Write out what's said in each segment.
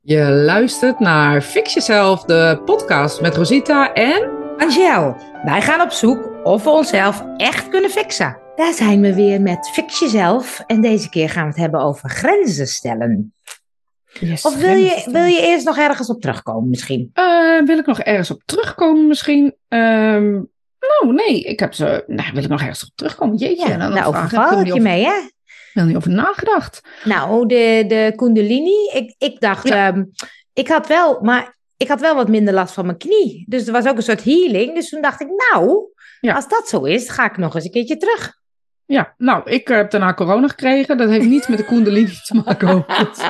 Je luistert naar Fix Jezelf, de podcast met Rosita en Angel, wij gaan op zoek of we onszelf echt kunnen fixen. Daar zijn we weer met Fix Jezelf en deze keer gaan we het hebben over grenzen stellen. Yes, Of wil je eerst nog ergens op terugkomen misschien? Wil ik nog ergens op terugkomen misschien? Nee, wil ik nog ergens op terugkomen? Jeetje. Ja, daar overval ik je mee, hè? Ik heb er niet over nagedacht. Nou, de Kundalini, ik dacht, Ja. ik had wel wat minder last van mijn knie. Dus er was ook een soort healing. Dus toen dacht ik, als dat zo is, ga ik nog eens een keertje terug. Ja, nou, ik heb daarna corona gekregen. Dat heeft niets met de Kundalini te maken. Overigens.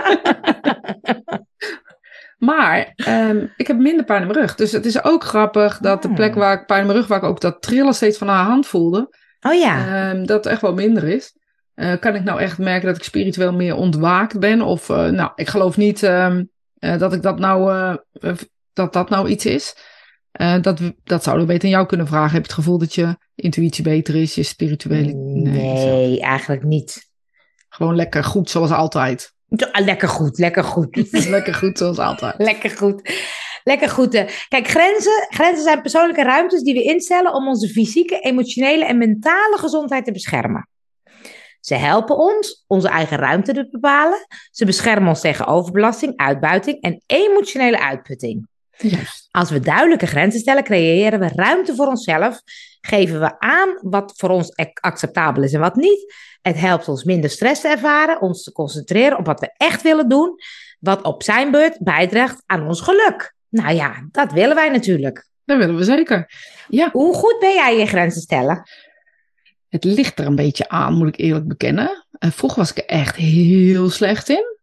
Maar ik heb minder pijn in mijn rug. Dus het is ook grappig dat de plek waar ik pijn in mijn rug, waar ik ook dat trillen steeds van haar hand voelde, Oh ja. dat echt wel minder is. Kan ik nou echt merken dat ik spiritueel meer ontwaakt ben? Of, ik geloof niet dat ik dat nou iets is. Dat zouden we beter aan jou kunnen vragen. Heb je het gevoel dat je intuïtie beter is? Je spirituele... Nee, eigenlijk niet. Gewoon lekker goed zoals altijd. Lekker goed. Lekker goed zoals altijd. Lekker goed. Kijk, grenzen zijn persoonlijke ruimtes die we instellen om onze fysieke, emotionele en mentale gezondheid te beschermen. Ze helpen ons onze eigen ruimte te bepalen. Ze beschermen ons tegen overbelasting, uitbuiting en emotionele uitputting. Juist. Als we duidelijke grenzen stellen, creëren we ruimte voor onszelf. Geven we aan wat voor ons acceptabel is en wat niet. Het helpt ons minder stress te ervaren, ons te concentreren op wat we echt willen doen. Wat op zijn beurt bijdraagt aan ons geluk. Nou ja, dat willen wij natuurlijk. Dat willen we zeker. Ja. Hoe goed ben jij je grenzen stellen? Het ligt er een beetje aan, moet ik eerlijk bekennen. Vroeger was ik er echt heel slecht in.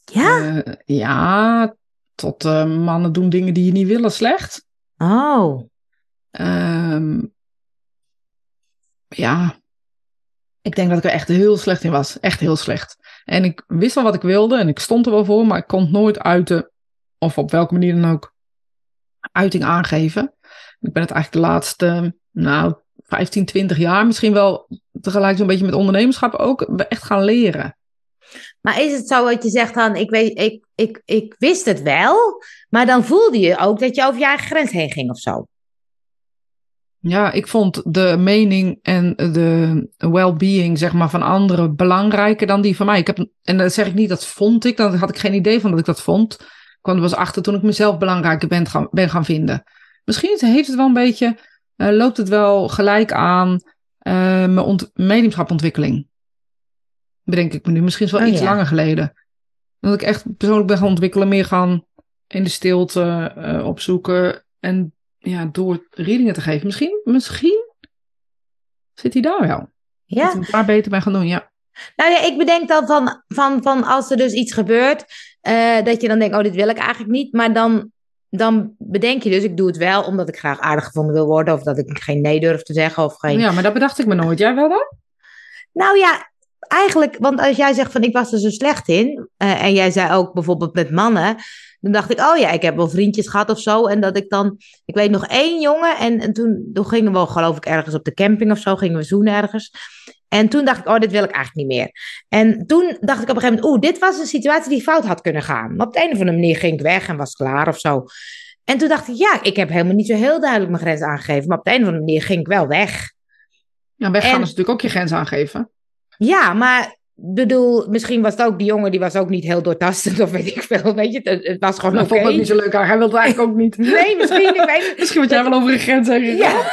Ja? Tot mannen doen dingen die je niet willen slecht. Oh. Ik denk dat ik er echt heel slecht in was. Echt heel slecht. En ik wist wel wat ik wilde en ik stond er wel voor, maar ik kon het nooit uiten, of op welke manier dan ook, uiting aangeven. Ik ben het eigenlijk de laatste, 15, 20 jaar misschien wel tegelijk zo'n beetje met ondernemerschap ook echt gaan leren. Maar is het zo wat je zegt dan, ik wist het wel, maar dan voelde je ook dat je over je eigen grens heen ging of zo? Ja, ik vond de mening en de well-being, zeg maar, van anderen belangrijker dan die van mij. En dat zeg ik niet, dat vond ik. Dan had ik geen idee van dat ik dat vond. Ik kwam er pas achter toen ik mezelf belangrijker ben gaan vinden. Misschien heeft het wel een beetje, loopt het wel gelijk aan mijn mediumschapontwikkeling. Bedenk ik me nu. Misschien is het wel iets langer geleden. Dat ik echt persoonlijk ben gaan ontwikkelen. Meer gaan in de stilte opzoeken. En door readingen te geven. Misschien zit hij daar wel. Ja. Dat ik het daar beter ben gaan doen, ja. Nou ja, ik bedenk dan van als er dus iets gebeurt, dat je dan denkt, dit wil ik eigenlijk niet. Maar dan bedenk je dus, ik doe het wel omdat ik graag aardig gevonden wil worden. Of dat ik geen nee durf te zeggen. Of geen... Ja, maar dat bedacht ik me nooit. Jij wel dan? Nou ja, eigenlijk, want als jij zegt van ik was er zo slecht in. En jij zei ook bijvoorbeeld met mannen. Dan dacht ik, ik heb wel vriendjes gehad of zo. En dat ik dan, ik weet nog één jongen. En toen gingen we geloof ik ergens op de camping of zo. Gingen we zoenen ergens. En toen dacht ik, dit wil ik eigenlijk niet meer. En toen dacht ik op een gegeven moment, dit was een situatie die fout had kunnen gaan. Maar op de een of andere manier ging ik weg en was klaar of zo. En toen dacht ik, ik heb helemaal niet zo heel duidelijk mijn grens aangegeven. Maar op de een of andere manier ging ik wel weg. Ja, weggaan is natuurlijk ook je grens aangeven. Ja, maar bedoel, misschien was het ook die jongen, die was ook niet heel doortastend of weet ik veel, weet je. Het was gewoon oké. Vond het niet zo leuk aan. Hij wilde het eigenlijk ook niet. Nee, misschien, ik weet het. Misschien wat jij wel over een grens heen gegaan. Ja.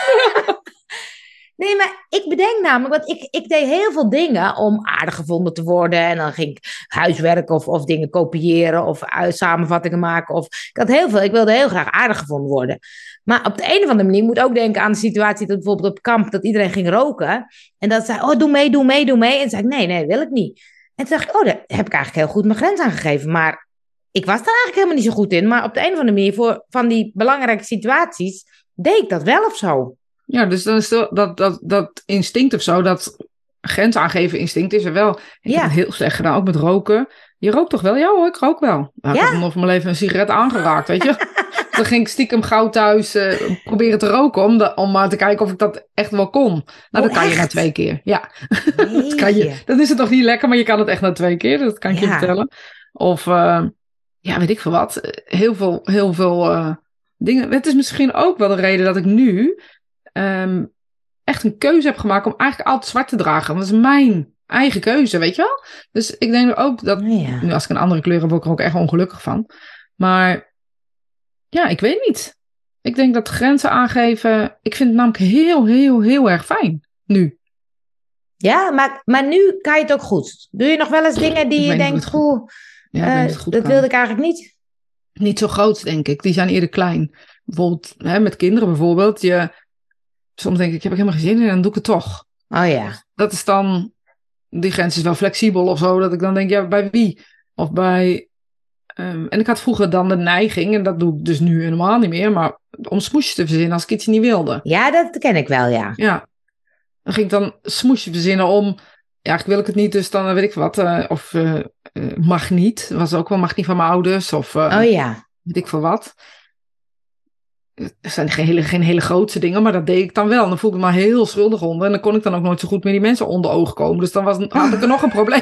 Nee, maar ik bedenk namelijk, want ik deed heel veel dingen om aardig gevonden te worden. En dan ging ik huiswerk of dingen kopiëren of samenvattingen maken. Of, ik wilde heel graag aardig gevonden worden. Maar op de een of andere manier moet ook denken aan de situatie dat bijvoorbeeld op kamp dat iedereen ging roken. En dat zei, doe mee. En toen zei ik, nee, wil ik niet. En toen dacht ik, daar heb ik eigenlijk heel goed mijn grens aangegeven. Maar ik was daar eigenlijk helemaal niet zo goed in. Maar op de een of andere manier, van die belangrijke situaties, deed ik dat wel of zo. Ja, dus dan is dat instinct of zo, dat grens aangeven instinct is er wel. Ik heb het heel slecht gedaan, ook met roken. Je rookt toch wel? Ja hoor, ik rook wel. Nou, ik heb nog van mijn leven een sigaret aangeraakt, weet je. Dan ging ik stiekem gauw thuis proberen te roken, om maar te kijken of ik dat echt wel kon. Nou, dat kan je na 2 keer. Ja, dat kan je. Dan is het toch niet lekker, maar je kan het echt na 2 keer. Dat kan ik je vertellen. Of ja, weet ik veel wat. Heel veel dingen. Het is misschien ook wel de reden dat ik nu echt een keuze heb gemaakt om eigenlijk altijd zwart te dragen. Want dat is mijn eigen keuze, weet je wel? Dus ik denk ook dat, nu als ik een andere kleur heb, word ik er ook echt ongelukkig van. Maar ja, ik weet niet. Ik denk dat grenzen aangeven, ik vind het namelijk heel erg fijn. Nu. Ja, maar nu kan je het ook goed. Doe je nog wel eens dingen die je denkt, dat wilde ik eigenlijk niet? Niet zo groot, denk ik. Die zijn eerder klein. Bijvoorbeeld, met kinderen bijvoorbeeld. Soms denk ik heb helemaal geen zin in en dan doe ik het toch. Oh ja. Dat is dan, die grens is wel flexibel of zo. Dat ik dan denk, ja, bij wie? Of bij... en ik had vroeger dan de neiging, en dat doe ik dus nu helemaal niet meer, maar om smoesjes te verzinnen als ik iets niet wilde. Ja, dat ken ik wel, ja. Ja. Dan ging ik dan smoesjes verzinnen om, ja, ik wil ik het niet, dus dan weet ik wat. Mag niet. Dat was ook wel mag niet van mijn ouders. Of oh ja. weet ik veel wat. Er zijn geen hele grootste dingen, maar dat deed ik dan wel. Dan voelde ik me heel schuldig onder. En dan kon ik dan ook nooit zo goed met die mensen onder ogen komen. Dus dan had ik er nog een probleem.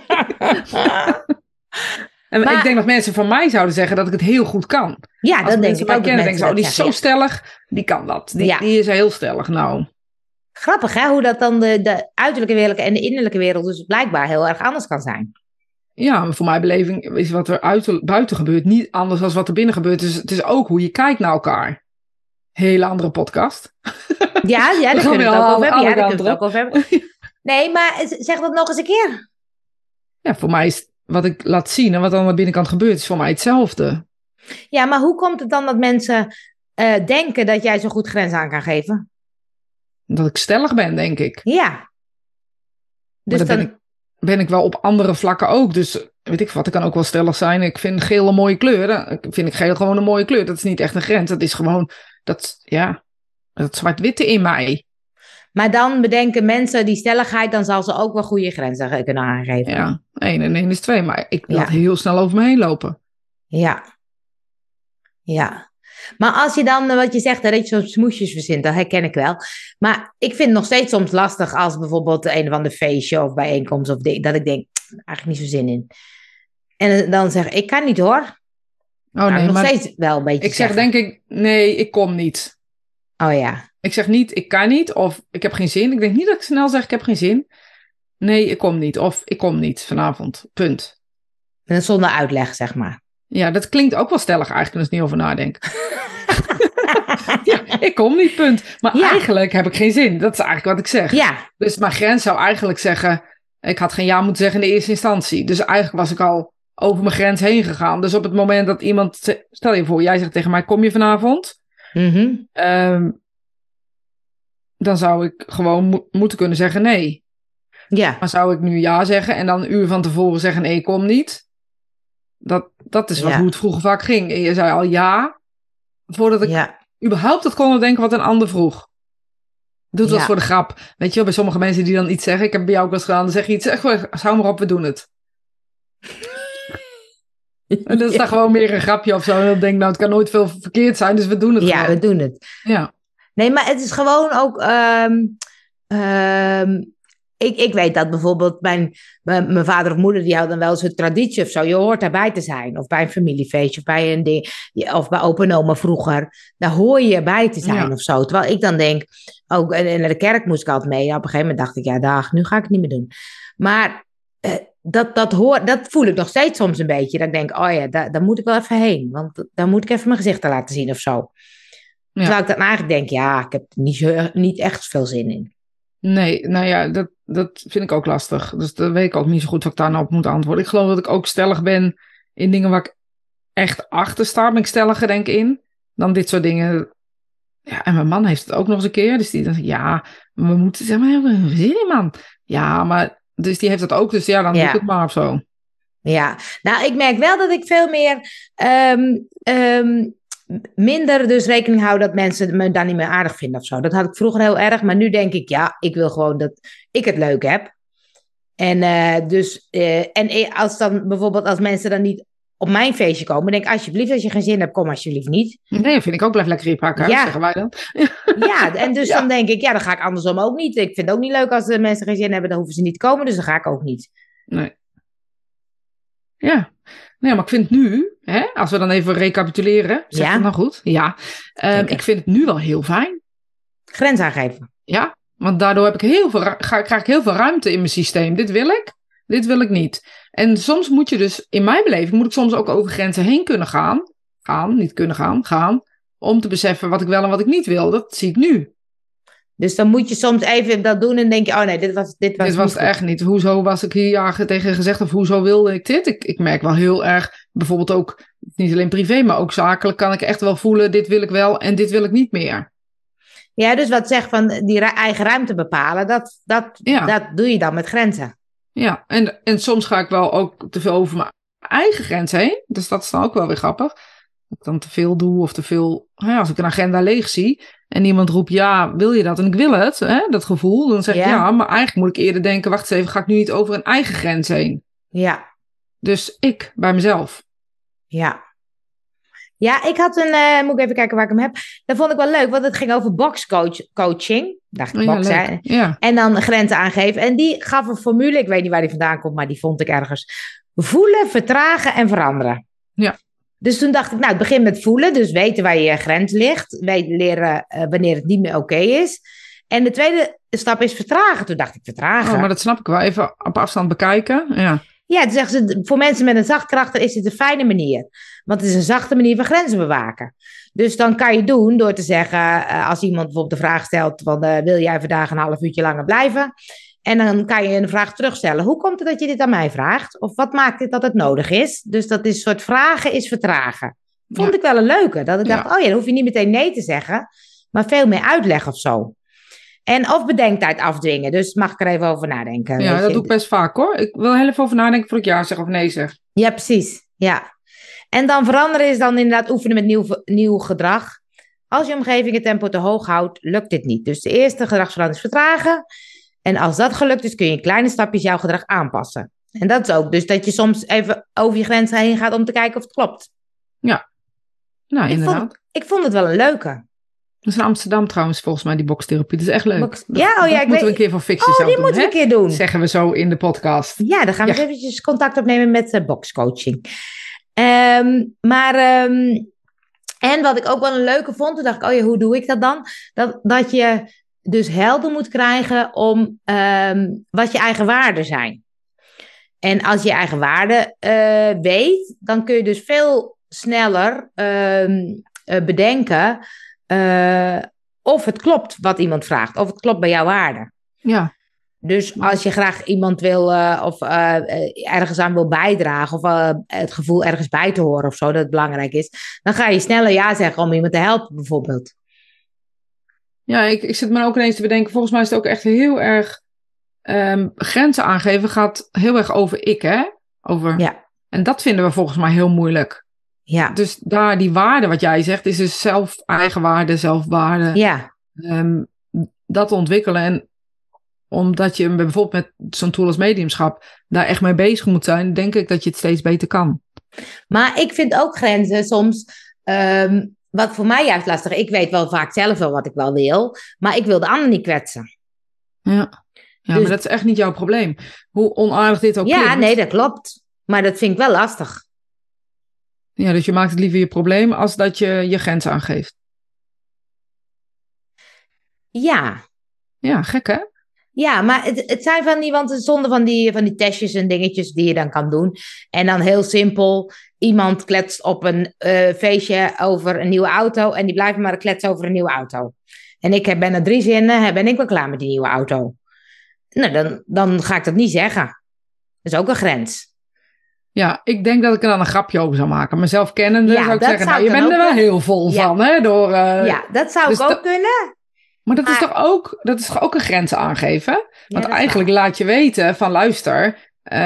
En ik denk dat mensen van mij zouden zeggen dat ik het heel goed kan. Ja, dat denk ik ook. Denken ze, die is zo stellig, die kan dat. Die is heel stellig, nou. Grappig, hè? Hoe dat dan de uiterlijke wereld en de innerlijke wereld dus blijkbaar heel erg anders kan zijn. Ja, maar voor mijn beleving is wat er buiten gebeurt niet anders dan wat er binnen gebeurt. Dus het is ook hoe je kijkt naar elkaar. Hele andere podcast. Ja, daar kunnen we het ook over hebben. Nee, maar zeg dat nog eens een keer. Ja, voor mij is wat ik laat zien en wat dan aan de binnenkant gebeurt, is voor mij hetzelfde. Ja, maar hoe komt het dan dat mensen denken dat jij zo goed grenzen aan kan geven? Dat ik stellig ben, denk ik. Ja. Dus dan ben ik wel op andere vlakken ook. Dus weet ik wat, ik kan ook wel stellig zijn. Ik vind geel een mooie kleur. Dan vind ik geel gewoon een mooie kleur. Dat is niet echt een grens. Dat is gewoon dat zwart-witte in mij. Maar dan bedenken mensen die stelligheid, dan zal ze ook wel goede grenzen kunnen aangeven. Ja, 1 en 1 is 2. Maar ik laat heel snel over me heen lopen. Ja. Ja. Maar als je dan, wat je zegt, dat je zo'n smoesjes verzint, dat herken ik wel. Maar ik vind het nog steeds soms lastig als bijvoorbeeld een of ander feestje of bijeenkomst of dat ik denk, eigenlijk niet zo zin in. En dan zeg ik kan niet hoor. Oh nee, nog steeds wel een beetje ik zeg denk ik, nee, ik kom niet. Oh ja. Ik zeg niet, ik kan niet of ik heb geen zin. Ik denk niet dat ik snel zeg, ik heb geen zin. Nee, ik kom niet of ik kom niet vanavond. Punt. En zonder uitleg, zeg maar. Ja, dat klinkt ook wel stellig eigenlijk als ik er niet over nadenk. Ja, ik kom niet, punt. Maar eigenlijk heb ik geen zin. Dat is eigenlijk wat ik zeg. Ja. Dus mijn grens zou eigenlijk zeggen, ik had geen ja moeten zeggen in de eerste instantie. Dus eigenlijk was ik al over mijn grens heen gegaan. Dus op het moment dat iemand, stel je voor, jij zegt tegen mij, kom je vanavond? Mm-hmm. Dan zou ik gewoon moeten kunnen zeggen nee. Ja. Maar zou ik nu ja zeggen en dan een uur van tevoren zeggen nee, ik kom niet? Dat is hoe het vroeger vaak ging. En je zei al ja, voordat ik überhaupt het kon denken wat een ander vroeg. Doe het wel voor de grap. Weet je wel, bij sommige mensen die dan iets zeggen. Ik heb bij jou ook wel eens gedaan. Dan zeg je iets. Hou maar op, we doen het. En dat is dan gewoon meer een grapje of zo. En dan denk ik, nou, het kan nooit veel verkeerd zijn. Dus we doen het gewoon. Ja, we doen het. Ja. Nee, maar het is gewoon ook... Ik weet dat bijvoorbeeld mijn vader of moeder, die houden dan wel eens een traditie of zo. Je hoort daarbij te zijn. Of bij een familiefeestje, of bij een ding. Of bij opa en oma vroeger. Daar hoor je bij te zijn of zo. Terwijl ik dan denk, ook en naar de kerk moest ik altijd mee. Op een gegeven moment dacht ik, ja dag, nu ga ik het niet meer doen. Maar dat voel ik nog steeds soms een beetje. Dat ik denk, oh ja, daar moet ik wel even heen. Want daar moet ik even mijn gezicht laten zien of zo. Ja. Terwijl ik dan eigenlijk denk, ja, ik heb er niet echt veel zin in. Nee, nou ja, dat vind ik ook lastig. Dus dan weet ik ook niet zo goed wat ik daar nou op moet antwoorden. Ik geloof dat ik ook stellig ben in dingen waar ik echt achter sta. Ben ik stelliger, denk ik, in dan dit soort dingen. Ja, en mijn man heeft het ook nog eens een keer. Dus die dan ja, we moeten zeg maar heel veel zin in, man. Ja, maar dus die heeft dat ook. Dus ja, dan doe ik het maar of zo. Ja, nou, ik merk wel dat ik veel meer minder dus rekening hou dat mensen me dan niet meer aardig vinden of zo. Dat had ik vroeger heel erg, maar nu denk ik, ja, ik wil gewoon dat ik het leuk heb. En als dan bijvoorbeeld als mensen dan niet op mijn feestje komen, denk ik, alsjeblieft, als je geen zin hebt, kom alsjeblieft niet. Nee, vind ik ook, blijf lekker pakken, zeggen wij dan. Ja, en dus dan denk ik, ja, dan ga ik andersom ook niet. Ik vind het ook niet leuk als de mensen geen zin hebben, dan hoeven ze niet te komen, dus dan ga ik ook niet. Nee. Ja, Nee, maar ik vind nu, hè, als we dan even recapituleren, zeg het nou goed? Ja, ik vind het nu wel heel fijn. Grens aangeven. Ja, want daardoor heb ik krijg ik heel veel ruimte in mijn systeem. Dit wil ik niet. En soms moet je dus, in mijn beleving, moet ik soms ook over grenzen heen kunnen gaan. Gaan. Om te beseffen wat ik wel en wat ik niet wil. Dat zie ik nu. Dus dan moet je soms even dat doen en denk je, oh nee, dit was het echt niet. Hoezo was ik hier tegen gezegd of hoezo wilde ik dit? Ik merk wel heel erg, bijvoorbeeld ook, niet alleen privé, maar ook zakelijk kan ik echt wel voelen, dit wil ik wel en dit wil ik niet meer. Ja, dus wat zeg van die eigen ruimte bepalen, dat doe je dan met grenzen. Ja, en soms ga ik wel ook te veel over mijn eigen grens heen. Dus dat is dan ook wel weer grappig. Dat ik dan te veel doe of te veel... als ik een agenda leeg zie en iemand roept, ja, wil je dat? En ik wil het, hè, dat gevoel. Dan zeg ik, ja, maar eigenlijk moet ik eerder denken, wacht eens even, ga ik nu niet over een eigen grens heen? Ja. Dus ik, bij mezelf. Ja. Ja, ik had moet ik even kijken waar ik hem heb. Dat vond ik wel leuk, want het ging over boxcoaching. Dacht ik, box, hè? Ja. En dan grenzen aangeven. En die gaf een formule, ik weet niet waar die vandaan komt, maar die vond ik ergens. Voelen, vertragen en veranderen. Ja. Dus toen dacht ik, nou, het begint met voelen. Dus weten waar je grens ligt. Leren wanneer het niet meer oké is. En de tweede stap is vertragen. Toen dacht ik, vertragen. Oh, maar dat snap ik wel. Even op afstand bekijken. Ja. Ja, toen zeggen ze, voor mensen met een zacht karakter is het een fijne manier. Want het is een zachte manier van grenzen bewaken. Dus dan kan je doen door te zeggen, als iemand bijvoorbeeld de vraag stelt, van, wil jij vandaag een half uurtje langer blijven? En dan kan je een vraag terugstellen. Hoe komt het dat je dit aan mij vraagt? Of wat maakt het dat het nodig is? Dus dat is een soort vragen is vertragen. Vond ik wel een leuke. Dat ik dacht, oh ja, dan hoef je niet meteen nee te zeggen. Maar veel meer uitleg of zo. En of bedenktijd afdwingen. Dus mag ik er even over nadenken. Ja, dat doe ik best vaak hoor. Ik wil heel even over nadenken voor ik ja zeg of nee zeg. Ja, precies. Ja. En dan veranderen is dan inderdaad oefenen met nieuw gedrag. Als je omgeving het tempo te hoog houdt, lukt dit niet. Dus de eerste gedragsverandering is vertragen. En als dat gelukt is, kun je in kleine stapjes jouw gedrag aanpassen. En dat is ook dus dat je soms even over je grenzen heen gaat om te kijken of het klopt. Ja, nou inderdaad. Ik vond het wel een leuke. Dat is in Amsterdam trouwens volgens mij die bokstherapie. Dat is echt leuk. Dat moeten we een keer van fictie doen. Die moeten we een keer doen. Zeggen we zo in de podcast. Ja, dan gaan we eens eventjes contact opnemen met bokscoaching. En wat ik ook wel een leuke vond, toen dacht ik, oh ja, hoe doe ik dat dan? Dat je dus helder moet krijgen om wat je eigen waarden zijn. En als je eigen waarden weet, dan kun je dus veel sneller bedenken of het klopt wat iemand vraagt. Of het klopt bij jouw waarden. Ja. Dus als je graag iemand wil ergens aan wil bijdragen of het gevoel ergens bij te horen of zo, dat het belangrijk is, dan ga je sneller ja zeggen om iemand te helpen bijvoorbeeld. Ja, ik zit me ook ineens te bedenken, volgens mij is het ook echt heel erg, grenzen aangeven gaat heel erg over ik, hè? Ja. En dat vinden we volgens mij heel moeilijk. Ja. Dus daar die waarde, wat jij zegt, is dus eigenwaarde, zelfwaarde. Ja. Dat ontwikkelen. En omdat je bijvoorbeeld met zo'n tool als mediumschap daar echt mee bezig moet zijn, denk ik dat je het steeds beter kan. Maar ik vind ook grenzen soms, wat voor mij juist lastig is. Ik weet wel vaak zelf wel wat ik wel wil, maar ik wil de ander niet kwetsen. Ja, dus, maar dat is echt niet jouw probleem. Hoe onaardig dit ook klinkt. Ja, nee, dat klopt. Maar dat vind ik wel lastig. Ja, dus je maakt het liever je probleem als dat je je grens aangeeft. Ja. Ja, gek hè? Ja, maar het zijn van die, want het zonde van die testjes en dingetjes die je dan kan doen. En dan heel simpel, iemand kletst op een feestje over een nieuwe auto en die blijft maar kletsen over een nieuwe auto. En ik ben er 3 zinnen, ben ik wel klaar met die nieuwe auto. Nou, dan ga ik dat niet zeggen. Dat is ook een grens. Ja, ik denk dat ik er dan een grapje over zou maken. Mezelf kennende zou ik zeggen, nou, je bent er wel heel vol van. Hè, ja, dat zou ik ook kunnen. Maar dat is toch ook een grens aangeven? Want eigenlijk laat je weten van luister,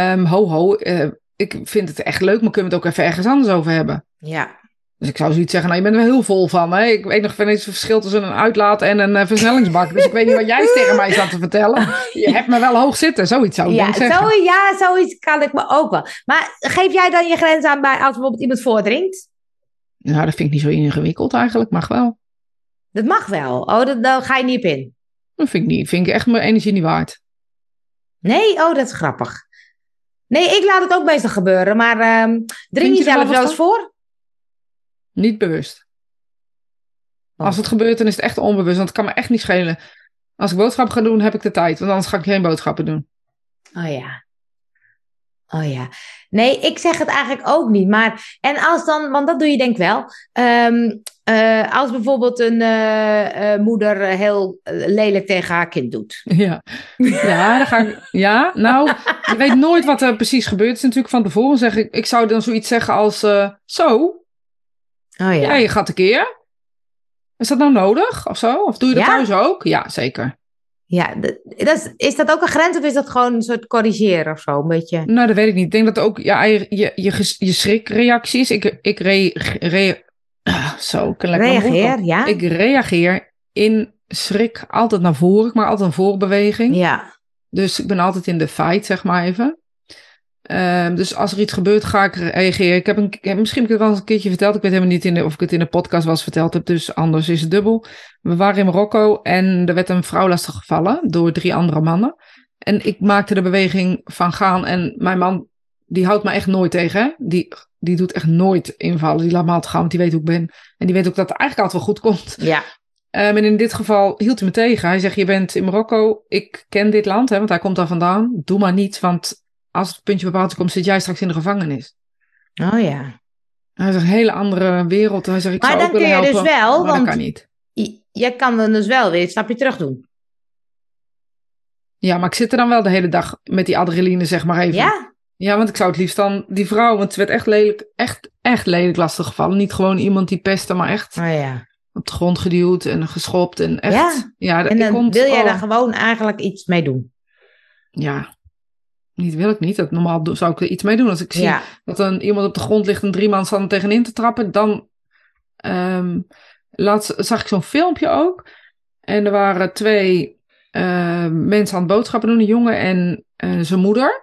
ik vind het echt leuk, maar kunnen we het ook even ergens anders over hebben? Ja. Dus ik zou zoiets zeggen, nou je bent er wel heel vol van. Hè? Ik weet nog van het verschil tussen een uitlaat en een versnellingsbak. Dus ik weet niet wat jij tegen mij zat te vertellen. Je hebt me wel hoog zitten, zoiets zou ik zeggen. Zoiets kan ik me ook wel. Maar geef jij dan je grens aan bij als bijvoorbeeld iemand voordringt? Nou, dat vind ik niet zo ingewikkeld eigenlijk, mag wel. Dat mag wel. Oh, daar ga je niet op in. Dat vind ik niet. Vind ik echt mijn energie niet waard. Nee? Oh, dat is grappig. Nee, ik laat het ook meestal gebeuren. Maar dring Vind je er jezelf wel wel wat eens voor? Niet bewust. Oh. Als het gebeurt, dan is het echt onbewust. Want het kan me echt niet schelen. Als ik boodschappen ga doen, heb ik de tijd. Want anders ga ik geen boodschappen doen. Oh ja. Oh ja. Nee, ik zeg het eigenlijk ook niet. Maar, en als dan, want dat doe je denk ik wel. Als bijvoorbeeld een moeder heel lelijk tegen haar kind doet. Ja, ja, dan ga ik. Ja, nou, je weet nooit wat er precies gebeurt. Het is natuurlijk van tevoren zeg ik. Ik zou dan zoiets zeggen als: zo, Oh ja, ja. je gaat een keer. Is dat nou nodig of zo? Of doe je dat Ja? thuis ook? Ja, zeker. Ja, is dat ook een grens of is dat gewoon een soort corrigeren of zo? Een beetje. Nou, dat weet ik niet. Ik denk dat ook je schrikreacties. Zo, ik kan lekker mijn woord Reageer, op. ja? Ik reageer in schrik altijd naar voren. Ik maak altijd een voorbeweging. Ja. Dus ik ben altijd in de fight, zeg maar even. Dus als er iets gebeurt, ga ik reageren. Misschien heb ik het wel eens een keertje verteld. Ik weet helemaal niet of ik het in de podcast was verteld heb. Dus anders is het dubbel. We waren in Marokko en er werd een vrouw lastiggevallen door 3 andere mannen. En ik maakte de beweging van gaan. En mijn man, die houdt me echt nooit tegen. Hè? Die doet echt nooit invallen. Die laat me altijd gaan, want die weet hoe ik ben. En die weet ook dat het eigenlijk altijd wel goed komt. Ja. En in dit geval hield hij me tegen. Hij zegt, je bent in Marokko. Ik ken dit land, hè, want hij komt daar vandaan. Doe maar niet, want als het puntje bepaald komt, zit jij straks in de gevangenis. Oh ja. Hij zegt, een hele andere wereld. Hij zegt, ik Maar zou dan ook willen kun je helpen. dus wel, maar want dat kan niet. je kan dan dus wel weer een stapje terug doen. Ja, maar ik zit er dan wel de hele dag met die adrenaline, zeg maar even. Ja? Ja, want ik zou het liefst dan die vrouw, want ze werd echt lelijk, echt lelijk lastiggevallen. Niet gewoon iemand die pestte, maar echt Oh ja. op de grond geduwd en geschopt. En echt, Ja? En dan wil jij daar gewoon eigenlijk iets mee doen. Ja, niet wil ik niet. Dat normaal zou ik er iets mee doen. Als ik zie dat iemand op de grond ligt en 3 man staan er tegenin te trappen, dan zag ik zo'n filmpje ook. En er waren 2 mensen aan het boodschappen doen, een jongen en zijn moeder.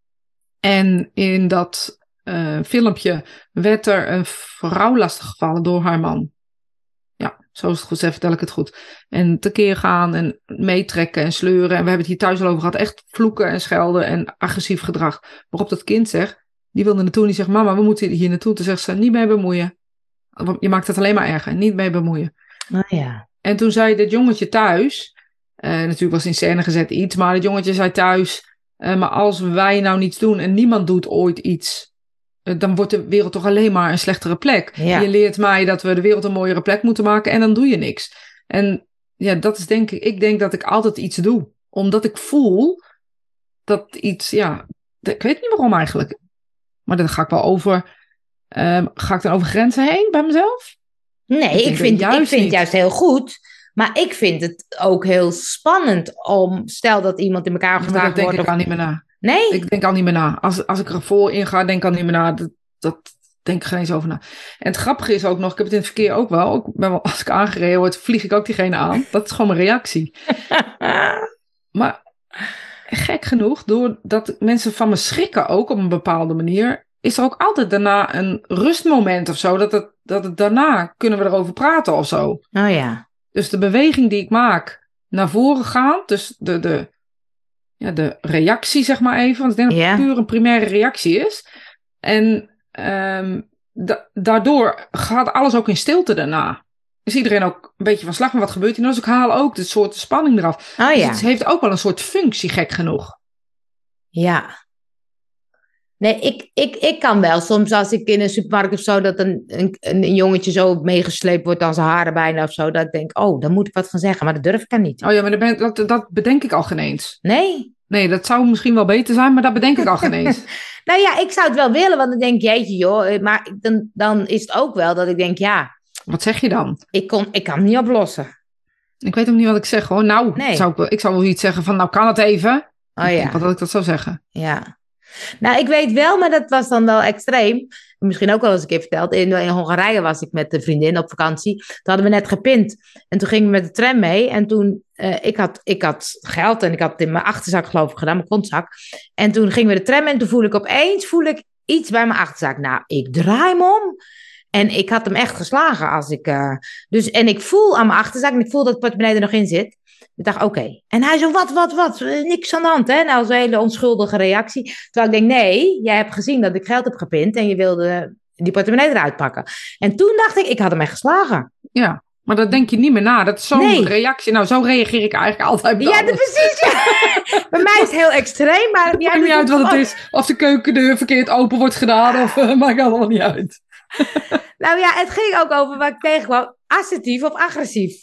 En in dat filmpje werd er een vrouw lastiggevallen door haar man. Ja, zo is het goed, vertel ik het goed. En tekeer gaan en meetrekken en sleuren. En we hebben het hier thuis al over gehad. Echt vloeken en schelden en agressief gedrag. Waarop dat kind zegt, die wilde naartoe en die zegt, mama, we moeten hier naartoe. Toen zegt ze, niet mee bemoeien. Je maakt het alleen maar erger. Niet mee bemoeien. Oh ja. En toen zei dit jongetje thuis, natuurlijk was in scène gezet iets, maar het jongetje zei thuis, maar als wij nou niets doen en niemand doet ooit iets, dan wordt de wereld toch alleen maar een slechtere plek. Ja. Je leert mij dat we de wereld een mooiere plek moeten maken en dan doe je niks. En ja, dat is ik denk dat ik altijd iets doe. Omdat ik voel dat iets, ja, ik weet niet waarom eigenlijk. Maar dan ga ik wel ga ik dan over grenzen heen bij mezelf? Nee, ik vind het juist heel goed. Maar ik vind het ook heel spannend om, stel dat iemand in elkaar geslagen wordt. Maar dat denk ik al niet meer na. Nee? Ik denk al niet meer na. Als ik er vol in ga, denk ik al niet meer na. Dat denk ik geen eens over na. En het grappige is ook nog, ik heb het in het verkeer ook wel. Als ik aangereden word, vlieg ik ook diegene aan. Dat is gewoon mijn reactie. Maar gek genoeg, doordat mensen van me schrikken ook op een bepaalde manier, is er ook altijd daarna een rustmoment of zo. Dat het daarna kunnen we erover praten of zo. Oh ja. Dus de beweging die ik maak naar voren gaan, dus de reactie zeg maar even, want ik denk dat het puur een primaire reactie is. En daardoor gaat alles ook in stilte daarna. Is iedereen ook een beetje van slag met wat gebeurt hier nou? Dus ik haal ook dit soort spanning eraf. Oh, dus ja. het heeft ook wel een soort functie, gek genoeg. Ja. Nee, ik kan wel. Soms als ik in een supermarkt of zo, dat een jongetje zo meegesleept wordt aan zijn haren bijna of zo, dat ik denk, oh, dan moet ik wat van zeggen. Maar dat durf ik dan niet. Oh ja, maar dat bedenk ik al geen eens. Nee? Nee, dat zou misschien wel beter zijn, maar dat bedenk ik al geen eens. Nou ja, ik zou het wel willen, want dan denk ik, jeetje joh, maar dan is het ook wel dat ik denk, ja. Wat zeg je dan? Ik kan het niet oplossen. Ik weet ook niet wat ik zeg hoor. Nou, nee. ik zou wel iets zeggen van, nou kan het even. Oh ja. Wat dat ik dat zou zeggen. Ja. Nou, ik weet wel, maar dat was dan wel extreem. Misschien ook wel eens een keer verteld. In Hongarije was ik met een vriendin op vakantie. Toen hadden we net gepint. En toen gingen we met de tram mee. En toen, ik had geld en ik had het in mijn achterzak geloof ik gedaan, mijn kontzak. En toen gingen we de tram en toen voel ik opeens iets bij mijn achterzak. Nou, ik draai me om. En ik had hem echt geslagen als ik... Dus, en ik voel aan mijn achterzak en ik voel dat het portemonnee er nog in zit. Ik dacht, oké. En hij zo, wat? Niks aan de hand, hè? Nou, zo'n hele onschuldige reactie. Terwijl ik denk, nee, jij hebt gezien dat ik geld heb gepind en je wilde die portemonnee eruit pakken. En toen dacht ik had hem echt geslagen. Ja, maar dat denk je niet meer na. Dat is zo'n reactie. Nou, zo reageer ik eigenlijk altijd bij alles. Precies. Ja. Bij mij is het heel extreem, maar... Het maakt niet uit wat het is. Of de keukendeur verkeerd open wordt gedaan, of maakt allemaal niet uit. Nou ja, het ging ook over wat ik tegenkwam. Assertief of agressief?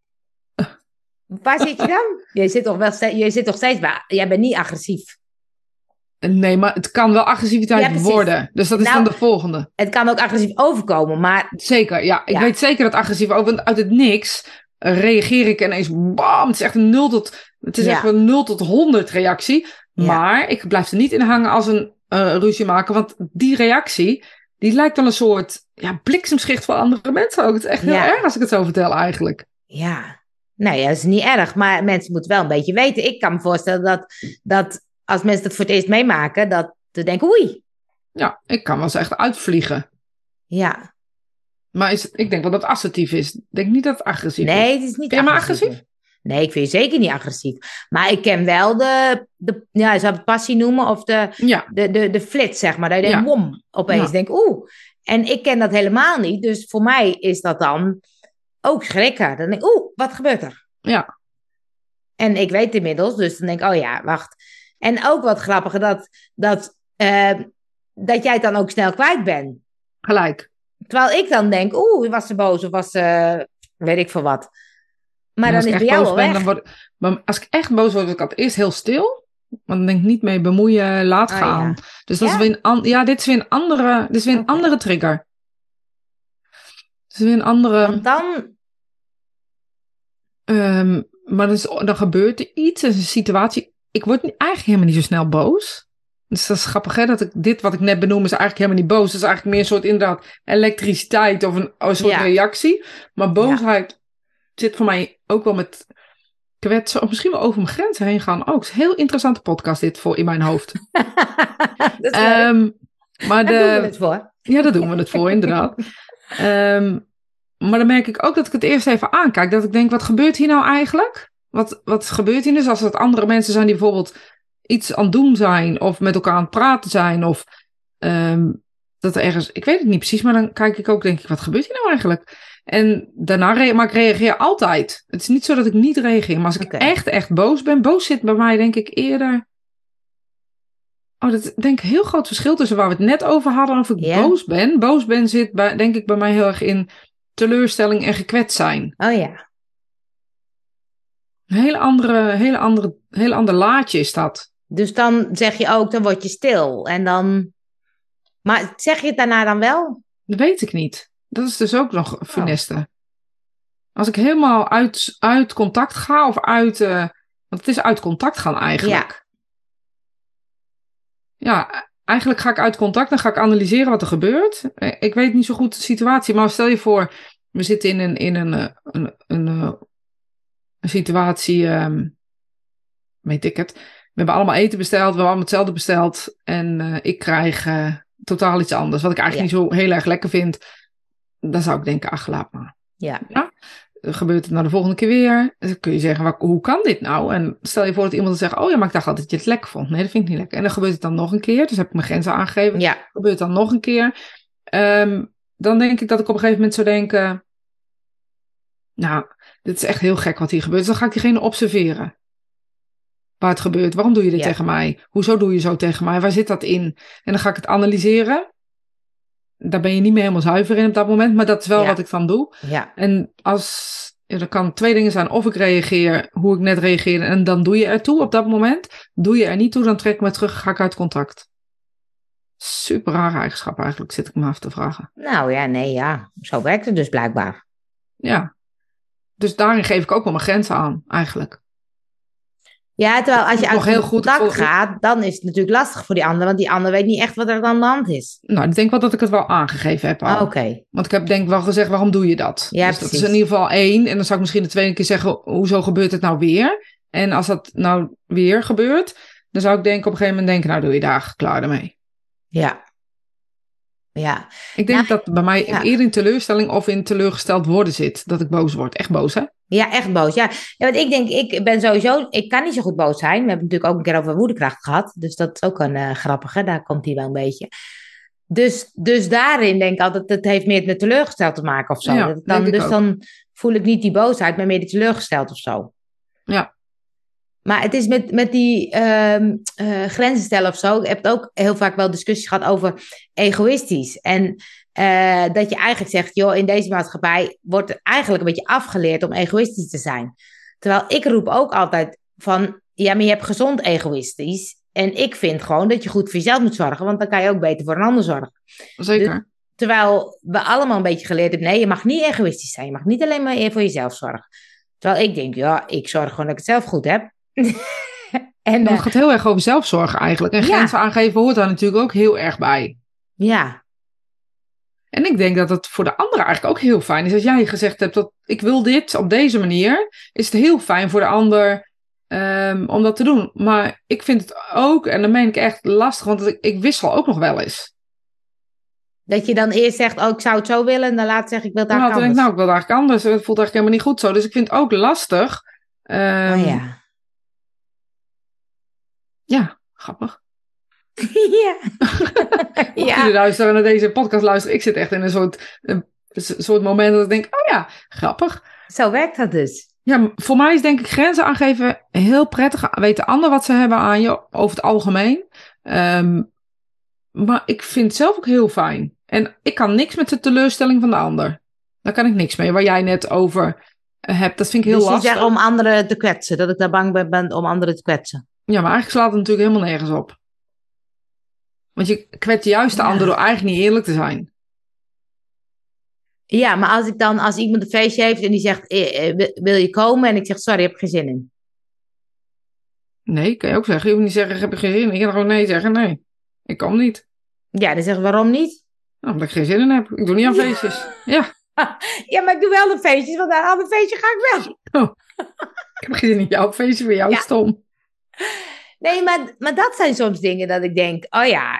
Waar zit je dan? Je zit toch steeds bij... Jij bent niet agressief. Nee, maar het kan wel agressiviteit worden. Dus dat is dan de volgende. Het kan ook agressief overkomen, maar... Zeker, ja. Ik weet zeker dat agressief over... Want uit het niks reageer ik ineens... Bam, het is echt echt een 0 tot 100 reactie. Maar ik blijf er niet in hangen als een ruzie maken. Want die reactie... Die lijkt wel een soort bliksemschicht voor andere mensen ook. Het is echt heel erg als ik het zo vertel eigenlijk. Ja, nou ja, dat is niet erg. Maar mensen moeten wel een beetje weten. Ik kan me voorstellen dat als mensen dat voor het eerst meemaken, dat ze denken, oei. Ja, ik kan wel eens echt uitvliegen. Ja. Maar ik denk wel dat het assertief is. Ik denk niet dat het agressief is. Nee, het is niet Vind je me agressief? Nee, ik vind je zeker niet agressief. Maar ik ken wel je zou het passie noemen, of de flits, zeg maar. Dat je denkt, wom, opeens denkt, oeh. En ik ken dat helemaal niet. Dus voor mij is dat dan ook schrikken. Dan denk ik, oeh, wat gebeurt er? Ja. En ik weet inmiddels, dus dan denk ik, oh ja, wacht. En ook wat grappiger, dat jij het dan ook snel kwijt bent. Gelijk. Terwijl ik dan denk, oeh, was ze boos of was ze, weet ik veel wat. Maar dan is bij jou al weg. Maar als ik echt boos word, word ik altijd eerst heel stil. Want dan denk ik niet mee bemoeien, laat gaan. Ja. Dus dat is weer dit is weer een andere trigger. Het is weer een andere... Want dan... maar dan gebeurt er iets, er is een situatie. Ik word eigenlijk helemaal niet zo snel boos. Dus dat is grappig, hè? Dat dit wat ik net benoem is eigenlijk helemaal niet boos. Dat is eigenlijk meer een soort inderdaad elektriciteit of een soort reactie. Maar boosheid zit voor mij ook wel met kwetsen of misschien wel over mijn grenzen heen gaan ook. Het is een heel interessante podcast dit voor in mijn hoofd. Dat is daar doen we het voor. Ja, daar doen we het voor, inderdaad. Maar dan merk ik ook dat ik het eerst even aankijk. Dat ik denk, wat gebeurt hier nou eigenlijk? Wat gebeurt hier dus als het andere mensen zijn die bijvoorbeeld iets aan het doen zijn of met elkaar aan het praten zijn of dat er ergens, ik weet het niet precies, maar dan kijk ik ook, denk ik, wat gebeurt hier nou eigenlijk? En daarna, maar ik reageer altijd. Het is niet zo dat ik niet reageer, maar als ik echt boos ben, boos zit bij mij denk ik eerder, dat is denk ik een heel groot verschil tussen waar we het net over hadden of ik boos ben. Boos ben zit denk ik bij mij heel erg in teleurstelling en gekwetst zijn. Oh ja. Een heel ander laadje is dat. Dus dan zeg je ook, dan word je stil. En dan... Maar zeg je het daarna dan wel? Dat weet ik niet. Dat is dus ook nog funeste. Als ik helemaal uit contact ga of uit... want het is uit contact gaan eigenlijk. Ja, eigenlijk ga ik uit contact en ga ik analyseren wat er gebeurt. Ik weet niet zo goed de situatie, maar stel je voor... We zitten in een situatie... weet ik het... We hebben allemaal eten besteld, we hebben allemaal hetzelfde besteld. En ik krijg totaal iets anders. Wat ik eigenlijk niet zo heel erg lekker vind. Dan zou ik denken, ach, laat maar. Ja. Gebeurt het nou de volgende keer weer? Dan kun je zeggen, hoe kan dit nou? En stel je voor dat iemand dan zegt, oh ja, maar ik dacht altijd dat je het lekker vond. Nee, dat vind ik niet lekker. En dan gebeurt het dan nog een keer. Dus heb ik mijn grenzen aangegeven. Ja. Gebeurt het dan nog een keer. Dan denk ik dat ik op een gegeven moment zou denken... Nou, dit is echt heel gek wat hier gebeurt. Dus dan ga ik diegene observeren. Waar het gebeurt. Waarom doe je dit tegen mij? Hoezo doe je zo tegen mij? Waar zit dat in? En dan ga ik het analyseren. Daar ben je niet meer helemaal zuiver in op dat moment. Maar dat is wel wat ik dan doe. Ja. En er kan 2 dingen zijn. Of ik reageer hoe ik net reageerde. En dan doe je ertoe op dat moment. Doe je er niet toe, dan trek ik me terug. Ga ik uit contact. Super rare eigenschap eigenlijk. Zit ik me af te vragen. Nou ja. Zo werkt het dus blijkbaar. Ja. Dus daarin geef ik ook wel mijn grenzen aan. Eigenlijk. Ja, terwijl als je uit contact gaat, dan is het natuurlijk lastig voor die ander, want die ander weet niet echt wat er aan de hand is. Nou, ik denk wel dat ik het wel aangegeven heb al. Oké. Want ik heb denk wel gezegd, waarom doe je dat? Ja, dus precies. Dat is in ieder geval 1. En dan zou ik misschien de tweede keer zeggen, hoezo gebeurt het nou weer? En als dat nou weer gebeurt, dan zou ik denken op een gegeven moment denken, nou doe je daar klaar ermee. Ja. Ja. Ik denk Nou, dat bij mij ja. eerder in teleurstelling of in teleurgesteld worden zit. Dat ik boos word. Echt boos, hè? Ja, echt boos. Ja. Ja, want ik denk, ik ben sowieso, ik kan niet zo goed boos zijn. We hebben het natuurlijk ook een keer over woedekracht gehad. Dus dat is ook een grappige, daar komt hij wel een beetje. Dus daarin denk ik altijd, het heeft meer met teleurgesteld te maken of zo. Ja, denk ik ook. Dan voel ik niet die boosheid, maar meer die teleurgesteld of zo. Ja. Maar het is met die grenzen stellen of zo. Ik heb ook heel vaak wel discussies gehad over egoïstisch. En dat je eigenlijk zegt, joh, in deze maatschappij wordt er eigenlijk een beetje afgeleerd om egoïstisch te zijn. Terwijl ik roep ook altijd van, ja, maar je hebt gezond egoïstisch. En ik vind gewoon dat je goed voor jezelf moet zorgen, want dan kan je ook beter voor een ander zorgen. Zeker. Dus, terwijl we allemaal een beetje geleerd hebben, nee, je mag niet egoïstisch zijn. Je mag niet alleen maar voor jezelf zorgen. Terwijl ik denk, ja, ik zorg gewoon dat ik het zelf goed heb. En, Het gaat heel erg over zelfzorg eigenlijk. En grenzen aangeven hoort daar natuurlijk ook heel erg bij. Ja. En ik denk dat het voor de ander eigenlijk ook heel fijn is. Als jij gezegd hebt dat ik wil dit op deze manier, is het heel fijn voor de ander om dat te doen. Maar ik vind het ook, en dan meen ik echt lastig, want ik wissel ook nog wel eens. Dat je dan eerst zegt, oh, ik zou het zo willen. En dan later zeg ik wil het Dan eigenlijk denk ik, anders. nou, ik wil het eigenlijk anders. Het voelt eigenlijk helemaal niet goed zo. Dus ik vind het ook lastig. Oh ja. Ja, grappig. Ja. Mocht jullie luisteren naar deze podcast luisteren, ik zit echt in een soort moment dat ik denk, oh ja, grappig. Zo werkt dat dus. Ja, voor mij is denk ik grenzen aangeven heel prettig. Weet de ander wat ze hebben aan je, over het algemeen. Maar ik vind het zelf ook heel fijn. En ik kan niks met de teleurstelling van de ander. Daar kan ik niks mee. Waar jij net over hebt, dat vind ik heel dus je lastig. zegt om anderen te kwetsen. Dat ik daar bang ben om anderen te kwetsen. Ja, maar eigenlijk slaat het natuurlijk helemaal nergens op. Want je kwetst juist de ander door eigenlijk niet eerlijk te zijn. Ja, maar als iemand een feestje heeft en die zegt, wil je komen? En ik zeg, sorry, ik heb geen zin in. Nee, kan je ook zeggen. Je hoeft niet zeggen, heb je geen zin in. Ik kan gewoon nee zeggen, nee. Ik kom niet. Ja, dan zeg ik, waarom niet? Nou, omdat ik geen zin in heb. Ik doe niet aan feestjes. Ja. Ja, maar ik doe wel de feestjes, want aan een ander feestje ga ik wel. Oh. Ik heb geen zin in jouw feestje, voor jou Ja. stom. Nee, maar dat zijn soms dingen dat ik denk, oh ja,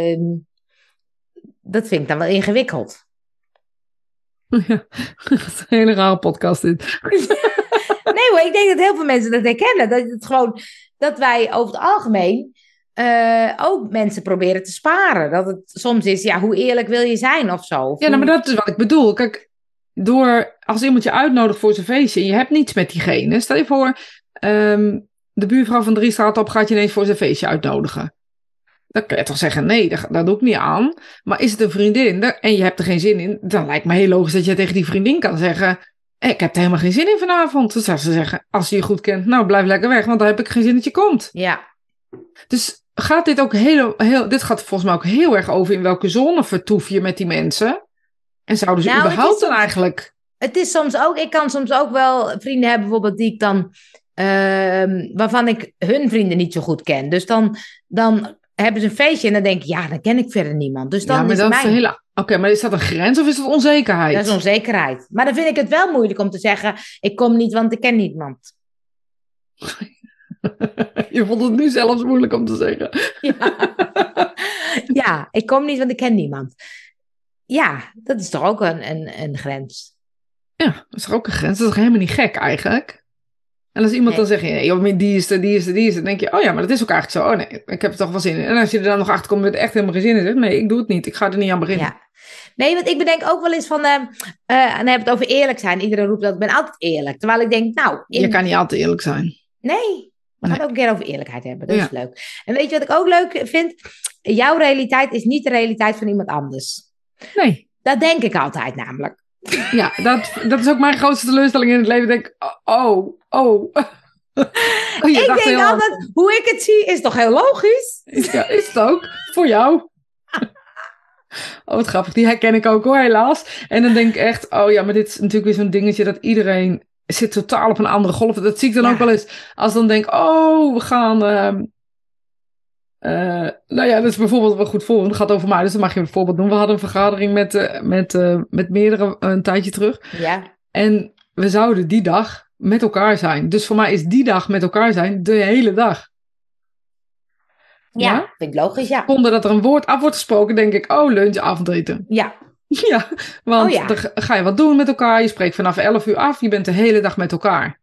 dat vind ik dan wel ingewikkeld. Ja, dat is een hele rare podcast dit. Nee hoor, ik denk dat heel veel mensen dat herkennen. Dat wij over het algemeen ook mensen proberen te sparen. Dat het soms is, ja, hoe eerlijk wil je zijn of zo? Of Ja, nou, maar dat is wat ik bedoel. Kijk, als iemand je uitnodigt voor zijn feestje en je hebt niets met diegene. Stel je voor, de buurvrouw van 3 straten op gaat je ineens voor zijn feestje uitnodigen. Dan kan je toch zeggen, nee, dat doe ik niet aan. Maar is het een vriendin en je hebt er geen zin in, dan lijkt me heel logisch dat je tegen die vriendin kan zeggen, ik heb er helemaal geen zin in vanavond. Dan zou ze zeggen, als je je goed kent, nou blijf lekker weg, want dan heb ik geen zin dat je komt. Ja. Dus gaat dit ook dit gaat volgens mij ook heel erg over in welke zone vertoef je met die mensen. En zouden ze überhaupt dan eigenlijk... Het is soms ook, ik kan soms ook wel vrienden hebben bijvoorbeeld die ik dan, waarvan ik hun vrienden niet zo goed ken. Dus dan hebben ze een feestje en dan denk ik, ja, dan ken ik verder niemand. Dus dan maar Oké, maar is dat een grens of is dat onzekerheid? Dat is onzekerheid. Maar dan vind ik het wel moeilijk om te zeggen, ik kom niet, want ik ken niemand. Je vond het nu zelfs moeilijk om te zeggen. Ja, ik kom niet, want ik ken niemand. Ja, dat is toch ook een grens. Ja, dat is toch ook een grens? Dat is toch helemaal niet gek eigenlijk? En als iemand dan zegt, nee, die is er, dan denk je, oh ja, maar dat is ook eigenlijk zo. Oh nee, ik heb er toch wel zin in. En als je er dan nog achter komt met echt helemaal geen zin in, zegt, nee, ik doe het niet. Ik ga er niet aan beginnen. Ja. Nee, want ik bedenk ook wel eens van, en dan heb je het over eerlijk zijn. Iedereen roept dat ik ben altijd eerlijk. Terwijl ik denk, nou... Je kan niet altijd eerlijk zijn. Nee, we gaan het ook een keer over eerlijkheid hebben. Dat is leuk. En weet je wat ik ook leuk vind? Jouw realiteit is niet de realiteit van iemand anders. Nee. Dat denk ik altijd namelijk. Ja, dat is ook mijn grootste teleurstelling in het leven. Ik denk, ik denk altijd, hoe ik het zie, is toch heel logisch? Ja, is het ook. Voor jou. Oh, wat grappig. Die herken ik ook hoor, helaas. En dan denk ik echt, oh ja, maar dit is natuurlijk weer zo'n dingetje dat iedereen zit totaal op een andere golf. Dat zie ik dan ook wel eens. Als dan denk, we gaan... nou ja, dat is bijvoorbeeld wel goed voorbeeld. Het gaat over mij, dus dan mag je een voorbeeld doen. We hadden een vergadering met meerdere een tijdje terug. Ja. En we zouden die dag met elkaar zijn. Dus voor mij is die dag met elkaar zijn de hele dag. Ja? vind ik logisch, ja. Zonder dat er een woord af wordt gesproken, denk ik, lunch, avondeten. Ja. Ja, want dan ga je wat doen met elkaar. Je spreekt vanaf 11 uur af. Je bent de hele dag met elkaar.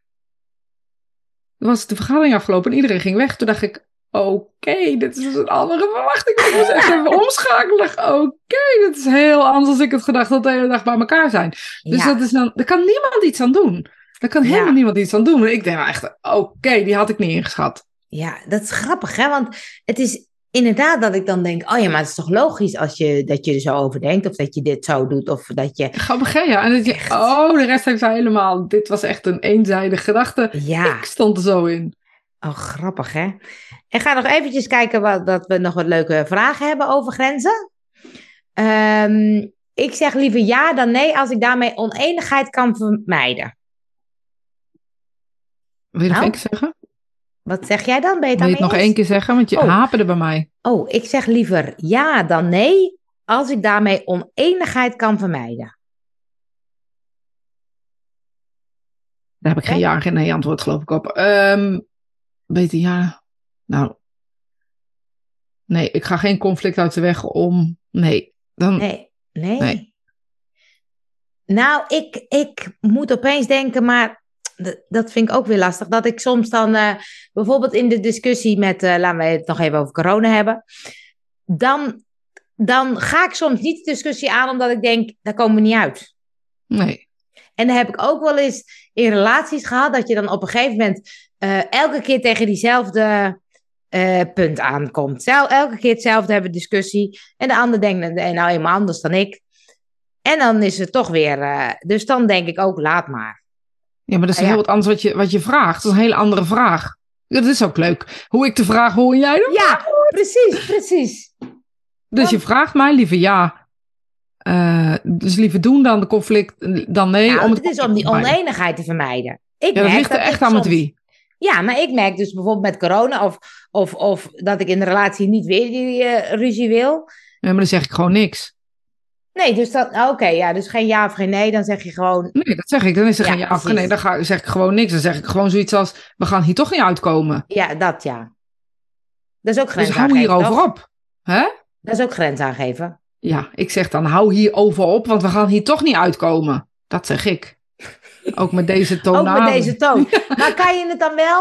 Dan was de vergadering afgelopen en iedereen ging weg. Toen dacht ik, oké, dit is een andere verwachting. Ik moest echt even omschakelen. Oké, dit is heel anders dan ik had gedacht dat de hele dag bij elkaar zijn. Dus dat is dan, daar kan niemand iets aan doen. Daar kan helemaal niemand iets aan doen. En ik denk nou echt, oké, die had ik niet ingeschat. Ja, dat is grappig, hè? Want het is inderdaad dat ik dan denk, maar het is toch logisch dat je er zo over denkt, of dat je dit zo doet, of dat je... Grappig, hè? Ja. En dat je, de rest heeft zij helemaal, dit was echt een eenzijdige gedachte. Ja. Ik stond er zo in. Oh, grappig, hè? En ga nog eventjes kijken dat we nog wat leuke vragen hebben over grenzen. Ik zeg liever ja dan nee als ik daarmee oneenigheid kan vermijden. Wil je nog één keer zeggen? Wat zeg jij dan? Ben je het Wil je het nog één keer zeggen? Want je haperde bij mij. Ik zeg liever ja dan nee als ik daarmee oneenigheid kan vermijden. Daar heb ik geen ja en geen nee antwoord, geloof ik, op. Beter ja. Nou. Nee, ik ga geen conflict uit de weg om... Nee. Nee. Nou, ik moet opeens denken, maar dat vind ik ook weer lastig. Dat ik soms dan bijvoorbeeld in de discussie met... laten we het nog even over corona hebben. Dan ga ik soms niet de discussie aan omdat ik denk, daar komen we niet uit. Nee. En dan heb ik ook wel eens in relaties gehad dat je dan op een gegeven moment elke keer tegen diezelfde punt aankomt. Elke keer hetzelfde hebben discussie. En de ander denkt nou helemaal anders dan ik. En dan is het toch weer... dus dan denk ik ook, laat maar. Ja, maar dat is heel wat anders wat je vraagt. Dat is een hele andere vraag. Dat is ook leuk. Hoe ik de vraag hoor en jij de vraag hoort. Precies. Dus je vraagt mij liever ja. Dus liever doen dan de conflict dan nee. Het is om die oneenigheid te vermijden. Dat ligt er echt aan met wie. Ja, maar ik merk dus bijvoorbeeld met corona of dat ik in de relatie niet weer die ruzie wil. Ja, maar dan zeg ik gewoon niks. Nee, dus dat, dus geen ja of geen nee, dan zeg je gewoon... Nee, dat zeg ik. Dan is er geen ja of geen nee, dan zeg ik gewoon niks. Dan zeg ik gewoon zoiets als, we gaan hier toch niet uitkomen. Ja, dat ja. Dat is ook grens aangeven. Dus hou hierover op. Hè? Dat is ook grens aangeven. Ja, ik zeg dan, hou hierover op, want we gaan hier toch niet uitkomen. Dat zeg ik. Ook met deze toon. Ook met deze toon. Maar kan je het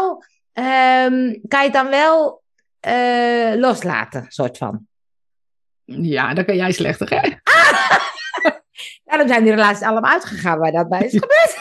dan wel loslaten, soort van? Ja, dan kan jij slechter, hè? Daarom zijn die relaties allemaal uitgegaan waar dat bij is gebeurd.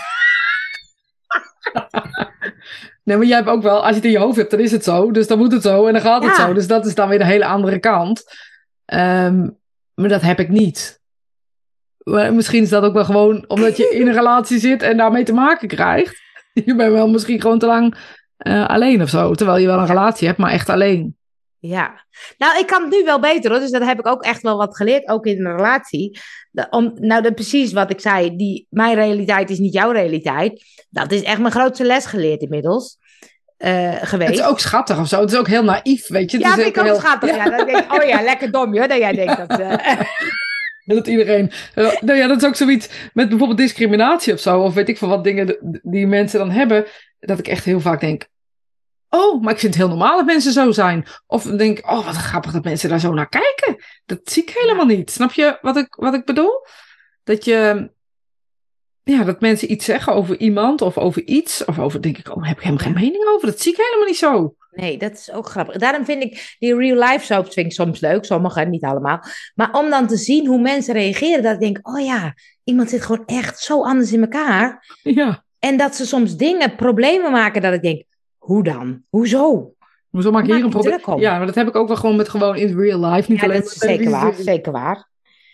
Nee, maar jij hebt ook wel, als je het in je hoofd hebt, dan is het zo. Dus dan moet het zo en dan gaat het zo. Dus dat is dan weer de hele andere kant. Maar dat heb ik niet. Maar misschien is dat ook wel gewoon omdat je in een relatie zit en daarmee te maken krijgt. Je bent wel misschien gewoon te lang alleen of zo. Terwijl je wel een relatie hebt, maar echt alleen. Ja, nou ik kan het nu wel beter hoor. Dus dat heb ik ook echt wel wat geleerd, ook in een relatie. Precies wat ik zei, mijn realiteit is niet jouw realiteit. Dat is echt mijn grootste les geleerd inmiddels. Geweest. Het is ook schattig of zo. Het is ook heel naïef, weet je. Ja, vind ik ook schattig. Ja. Dan denk ik, lekker dom joh, dat jij denkt dat... Dat iedereen... nou ja, dat is ook zoiets met bijvoorbeeld discriminatie of zo. Of weet ik veel wat dingen die mensen dan hebben. Dat ik echt heel vaak denk... Oh, maar ik vind het heel normaal dat mensen zo zijn. Of dan denk ik, wat grappig dat mensen daar zo naar kijken. Dat zie ik helemaal niet. Snap je wat ik bedoel? Dat dat mensen iets zeggen over iemand of over iets. Of over, denk ik, heb ik helemaal geen mening over. Dat zie ik helemaal niet zo. Nee, dat is ook grappig. Daarom vind ik die real life soaps vind ik soms leuk. Sommige, niet allemaal. Maar om dan te zien hoe mensen reageren. Dat ik denk, iemand zit gewoon echt zo anders in elkaar. Ja. En dat ze soms problemen maken dat ik denk, hoe dan? Hoezo? Hoezo maak je hier een probleem? Ja, maar dat heb ik ook wel gewoon in real life. Niet alleen dat is zeker waar.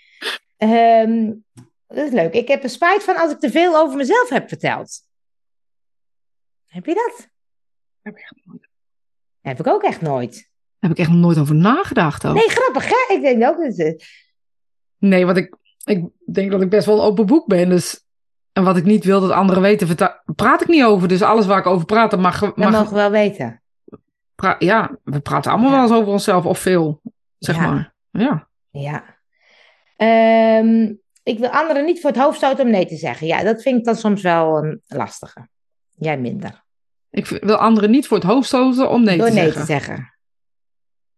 Dat is leuk. Ik heb er spijt van als ik te veel over mezelf heb verteld. Heb je dat? Heb ik echt nooit. Heb ik ook echt nooit. Daar heb ik echt nog nooit over nagedacht. Ook. Nee, grappig hè? Ik denk ook dat het... Nee, want ik denk dat ik best wel een open boek ben. Dus... En wat ik niet wil dat anderen weten, praat ik niet over. Dus alles waar ik over praat, dat mogen we wel weten. We praten allemaal wel eens over onszelf of veel, zeg maar. Ja. Ik wil anderen niet voor het hoofd stoten om nee te zeggen. Ja, dat vind ik dan soms wel een lastige. Jij minder. Ik wil anderen niet voor het hoofd stoten om nee te zeggen.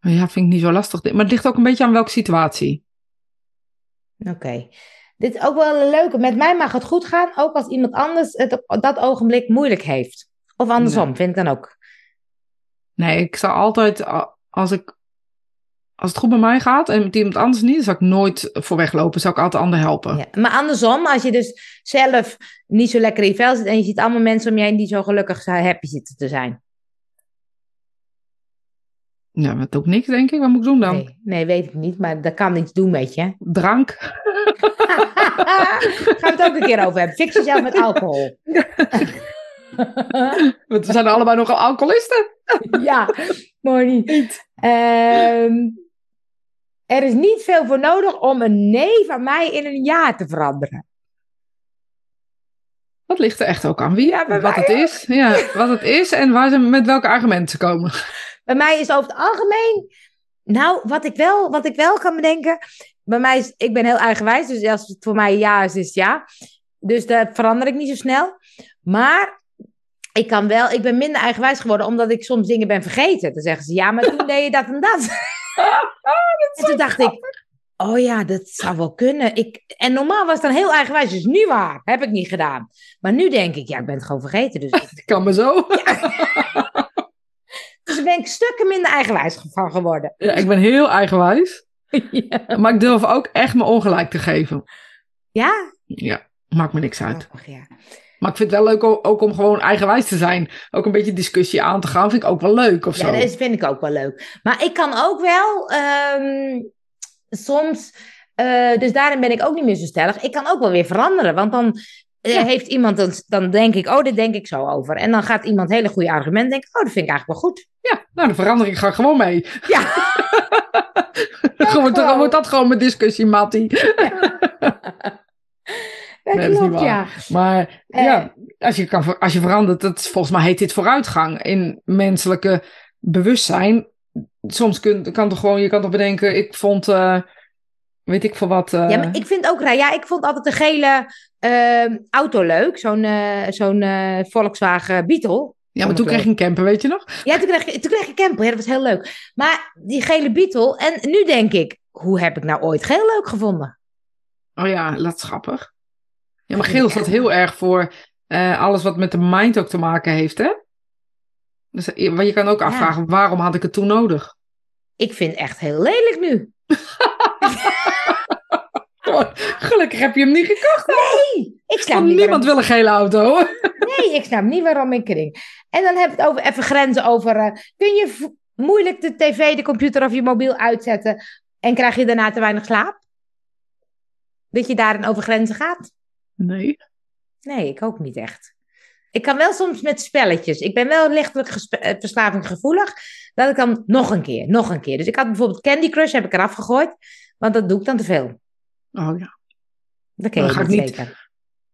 Ja, vind ik niet zo lastig. Maar het ligt ook een beetje aan welke situatie. Oké. Dit is ook wel een leuke. Met mij mag het goed gaan, ook als iemand anders het op dat ogenblik moeilijk heeft. Of andersom, Nee. vind ik dan ook. Nee, ik zou altijd, als het goed met mij gaat en met iemand anders niet, dan zou ik nooit voor weglopen. Zou ik altijd ander helpen. Ja. Maar andersom, als je dus zelf niet zo lekker in je vel zit en je ziet allemaal mensen om je heen die zo gelukkig happy zitten te zijn. Ja, dat ook niks, denk ik. Wat moet ik doen dan? Nee, weet ik niet, maar dat kan iets doen met je. Drank. Gaan we het ook een keer over hebben. Fix jezelf met alcohol. We zijn allebei nogal alcoholisten. Ja, mooi niet. Er is niet veel voor nodig om een nee van mij in een ja te veranderen. Dat ligt er echt ook aan wie, Ja, bij wat mij het is. Ja, wat het is en waar ze met welke argumenten ze komen. Bij mij is het over het algemeen... Nou, wat ik wel kan bedenken... Bij mij is... Ik ben heel eigenwijs, dus als het voor mij ja is, is het ja. Dus dat verander ik niet zo snel. Maar ik ben minder eigenwijs geworden... omdat ik soms dingen ben vergeten. Dan zeggen ze, ja, maar toen deed je dat en dat. En toen dacht ik... Oh ja, dat zou wel kunnen. En normaal was het dan heel eigenwijs. Dus nu waar, heb ik niet gedaan. Maar nu denk ik, ja, ik ben het gewoon vergeten. Dus Ik kan me zo. Dus daar ben ik stukken minder eigenwijs van geworden. Ja, ik ben heel eigenwijs. Ja? Maar ik durf ook echt me ongelijk te geven. Ja? Ja, maakt me niks uit. Oh, ja. Maar ik vind het wel leuk ook om gewoon eigenwijs te zijn. Ook een beetje discussie aan te gaan. Vind ik ook wel leuk of zo. Ja, dat vind ik ook wel leuk. Maar ik kan ook wel soms... dus daarin ben ik ook niet meer zo stellig. Ik kan ook wel weer veranderen. Want dan heeft iemand... Dan denk ik, oh, dit denk ik zo over. En dan gaat iemand hele goede argument denken. Oh, dat vind ik eigenlijk wel goed. Ja, nou, de verandering ga ik gewoon mee. Ja. Dan wordt dat gewoon mijn discussie, Mattie. Ja. Dat Nee, dat is niet klopt, waar. ja. Maar ja, als je verandert, volgens mij heet dit vooruitgang in menselijke bewustzijn. Soms je kan toch bedenken, ik vond, weet ik veel wat. Ja, maar ik vind ook raar. Ja, ik vond altijd de gele auto leuk. Zo'n Volkswagen Beetle. Ja, maar toen kreeg je een camper, weet je nog? Ja, toen kreeg je camper. Ja, dat was heel leuk. Maar die gele Beetle. En nu denk ik, hoe heb ik nou ooit geel leuk gevonden? Oh ja, dat is grappig. Ja, maar geel staat heel erg voor alles wat met de mind ook te maken heeft, hè? Dus je kan ook afvragen, waarom had ik het toen nodig? Ik vind het echt heel lelijk nu. Gelukkig heb je hem niet gekocht. Nee, ik snap niet. Niemand wil een gele auto. Nee, ik snap niet waarom ik erin. En dan heb ik het over even grenzen over... kun je moeilijk de tv, de computer of je mobiel uitzetten... en krijg je daarna te weinig slaap? Dat je daarin over grenzen gaat? Nee. Nee, ik ook niet echt. Ik kan wel soms met spelletjes. Ik ben wel lichtelijk verslavinggevoelig. Dat ik dan nog een keer. Dus ik had bijvoorbeeld Candy Crush, heb ik eraf gegooid. Want dat doe ik dan te veel. Oh ja. Dat ken je ga ik niet niet. zeker.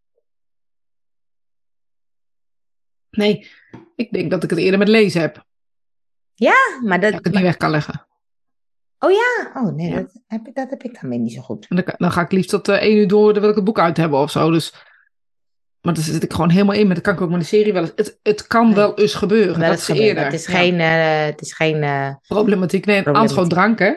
Nee, ik denk dat ik het eerder met lezen heb. Ja, maar dat... Dat ik het niet weg kan leggen. Oh ja? Oh nee, Ja. dat heb ik dan weer niet zo goed. En dan ga ik liefst tot 1 uur door, dan wil ik het boek uit hebben of zo. Dus... Maar dan zit ik gewoon helemaal in. Maar dat kan ik ook met de serie wel eens. Het kan wel eens gebeuren. Wel dat is eerder. Het is geen problematiek. Nee, anders gewoon drank, hè?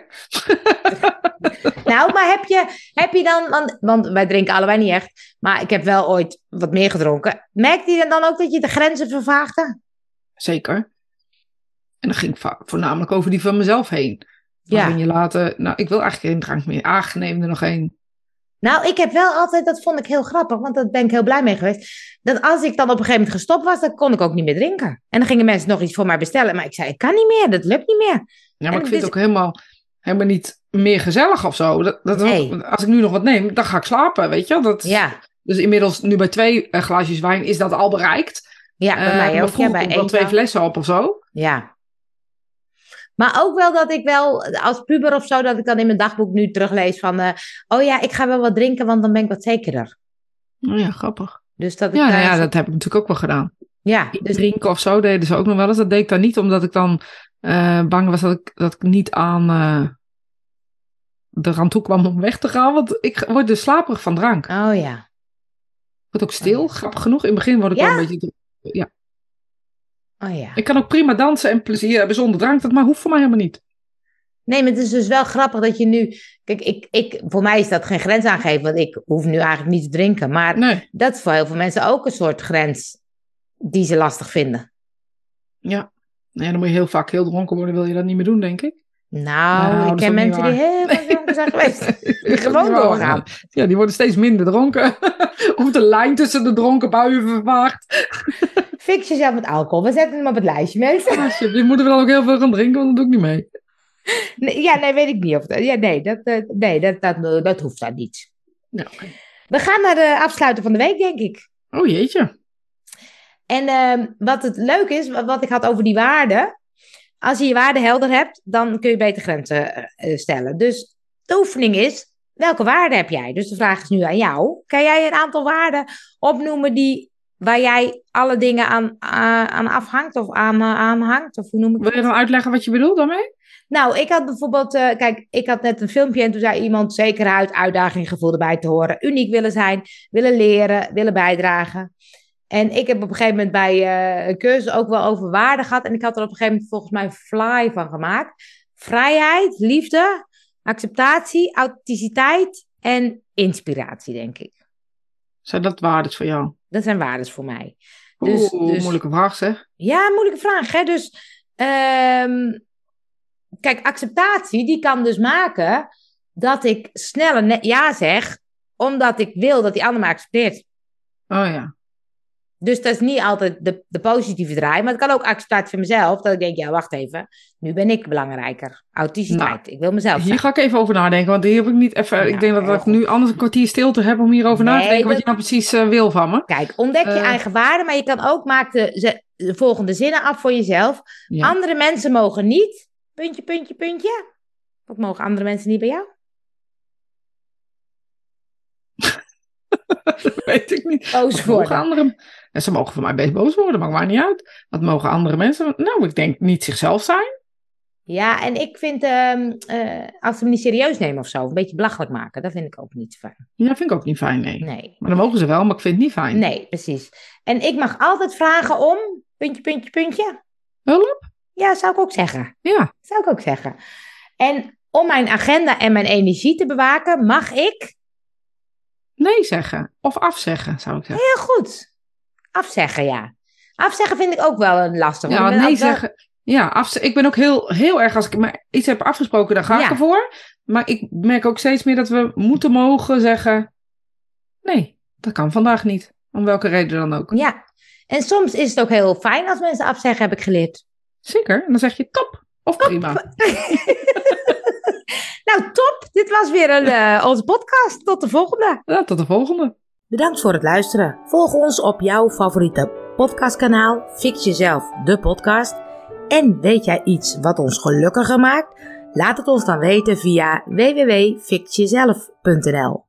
Nou, maar heb je dan... Want wij drinken allebei niet echt. Maar ik heb wel ooit wat meer gedronken. Merkte je dan ook dat je de grenzen vervaagde? Zeker. En dan ging ik voornamelijk over die van mezelf heen. Dan ging je later... Nou, ik wil eigenlijk geen drank meer. Neem er nog één. Nou, ik heb wel altijd... Dat vond ik heel grappig. Want daar ben ik heel blij mee geweest. Dat als ik dan op een gegeven moment gestopt was... Dan kon ik ook niet meer drinken. En dan gingen mensen nog iets voor mij bestellen. Maar ik zei, ik kan niet meer. Dat lukt niet meer. Ja, maar ik vind het ook helemaal niet meer gezellig of zo. Nee. Als ik nu nog wat neem, dan ga ik slapen, weet je? Dus inmiddels, nu bij 2 glaasjes wijn, is dat al bereikt. Ja, bij mij ook. Vroeger bij wel 2 flessen op of zo. Ja. Maar ook wel dat ik wel, als puber of zo, dat ik dan in mijn dagboek nu teruglees van... oh ja, ik ga wel wat drinken, want dan ben ik wat zekerder. Oh ja, grappig. Dus dat dat heb ik natuurlijk ook wel gedaan. Ja. Dus... Drinken of zo deden ze ook nog wel eens. Dat deed ik dan niet, omdat ik dan bang was dat ik niet eraan toe kwam om weg te gaan. Want ik word dus slaperig van drank. Oh ja. Ik word ook stil, grappig genoeg. In het begin word ik wel een beetje... Ja. Oh ja. Ik kan ook prima dansen en plezier hebben zonder drank. Dat maar hoeft voor mij helemaal niet. Nee, maar het is dus wel grappig dat je nu... Kijk, voor mij is dat geen grens aangeven, want ik hoef nu eigenlijk niet te drinken. Maar dat is voor heel veel mensen ook een soort grens die ze lastig vinden. Ja, dan moet je heel vaak heel dronken worden, wil je dat niet meer doen, denk ik. Nou, ik ken mensen die heel dronken zijn geweest. Die gewoon doorgaan. Ja, die worden steeds minder dronken. Of de lijn tussen de dronken buien vervaagt. Fix jezelf met alcohol. We zetten hem op het lijstje, mensen. Je moet er wel ook heel veel gaan drinken, want dat doe ik niet mee. Nee, weet ik niet. Dat hoeft dan niet. Ja, okay. We gaan naar de afsluiter van de week, denk ik. Oh jeetje. En wat het leuk is, wat ik had over die waarden. Als je je waarden helder hebt, dan kun je beter grenzen stellen. Dus de oefening is, welke waarden heb jij? Dus de vraag is nu aan jou. Kan jij een aantal waarden opnoemen waar jij alle dingen aan afhangt of aan hangt? Of hoe noem ik Wil je dan uitleggen wat je bedoelt daarmee? Nou, ik had bijvoorbeeld, ik had net een filmpje en toen zei iemand zekerheid, uitdaging, gevoel erbij te horen. Uniek willen zijn, willen leren, willen bijdragen. En ik heb op een gegeven moment bij een cursus ook wel over waarden gehad. En ik had er op een gegeven moment volgens mij een fly van gemaakt. Vrijheid, liefde, acceptatie, authenticiteit en inspiratie, denk ik. Zijn dat waarden voor jou? Dat zijn waarden voor mij. Dus, moeilijke vraag zeg. Ja, moeilijke vraag. Hè? Dus, kijk, acceptatie, die kan dus maken dat ik sneller ja zeg, omdat ik wil dat die ander me accepteert. Oh ja. Dus dat is niet altijd de positieve draai. Maar het kan ook acceptatie van mezelf. Dat ik denk, ja, wacht even. Nu ben ik belangrijker. Authenticiteit. Nou, ik wil mezelf zijn. Hier ga ik even over nadenken. Want hier heb ik niet even... Nou, ik denk dat ik nu anders een kwartier stilte heb om hierover na te denken. Wat je nou precies wil van me. Kijk, ontdek je eigen waarde. Maar je kan ook maken de volgende zinnen af voor jezelf. Ja. Andere mensen mogen niet... Puntje, puntje, puntje. Wat mogen andere mensen niet bij jou? Dat weet ik niet. Boos worden. Ze mogen voor mij best boos worden, maakt maar niet uit. Wat mogen andere mensen? Nou, ik denk niet zichzelf zijn. Ja, en ik vind, als ze me niet serieus nemen of zo, een beetje belachelijk maken, dat vind ik ook niet fijn. Ja, dat vind ik ook niet fijn, nee. Maar dan mogen ze wel, maar ik vind het niet fijn. Nee, precies. En ik mag altijd vragen om, puntje, puntje, puntje. Hulp? Ja, zou ik ook zeggen. Ja. Zou ik ook zeggen. En om mijn agenda en mijn energie te bewaken, mag ik... Nee zeggen. Of afzeggen, zou ik zeggen. Heel goed. Afzeggen, ja. Afzeggen vind ik ook wel een lastig. Ja, nee zeggen. Ja, ik ben ook heel erg, als ik maar iets heb afgesproken, dan ga ik ervoor. Maar ik merk ook steeds meer dat we mogen zeggen... Nee, dat kan vandaag niet. Om welke reden dan ook. Ja, en soms is het ook heel fijn als mensen afzeggen, heb ik geleerd. Zeker, en dan zeg je top of prima. Nou, top. Dit was weer onze podcast. Tot de volgende. Ja, tot de volgende. Bedankt voor het luisteren. Volg ons op jouw favoriete podcastkanaal. Fix jezelf, de podcast. En weet jij iets wat ons gelukkiger maakt? Laat het ons dan weten via www.fixjezelf.nl.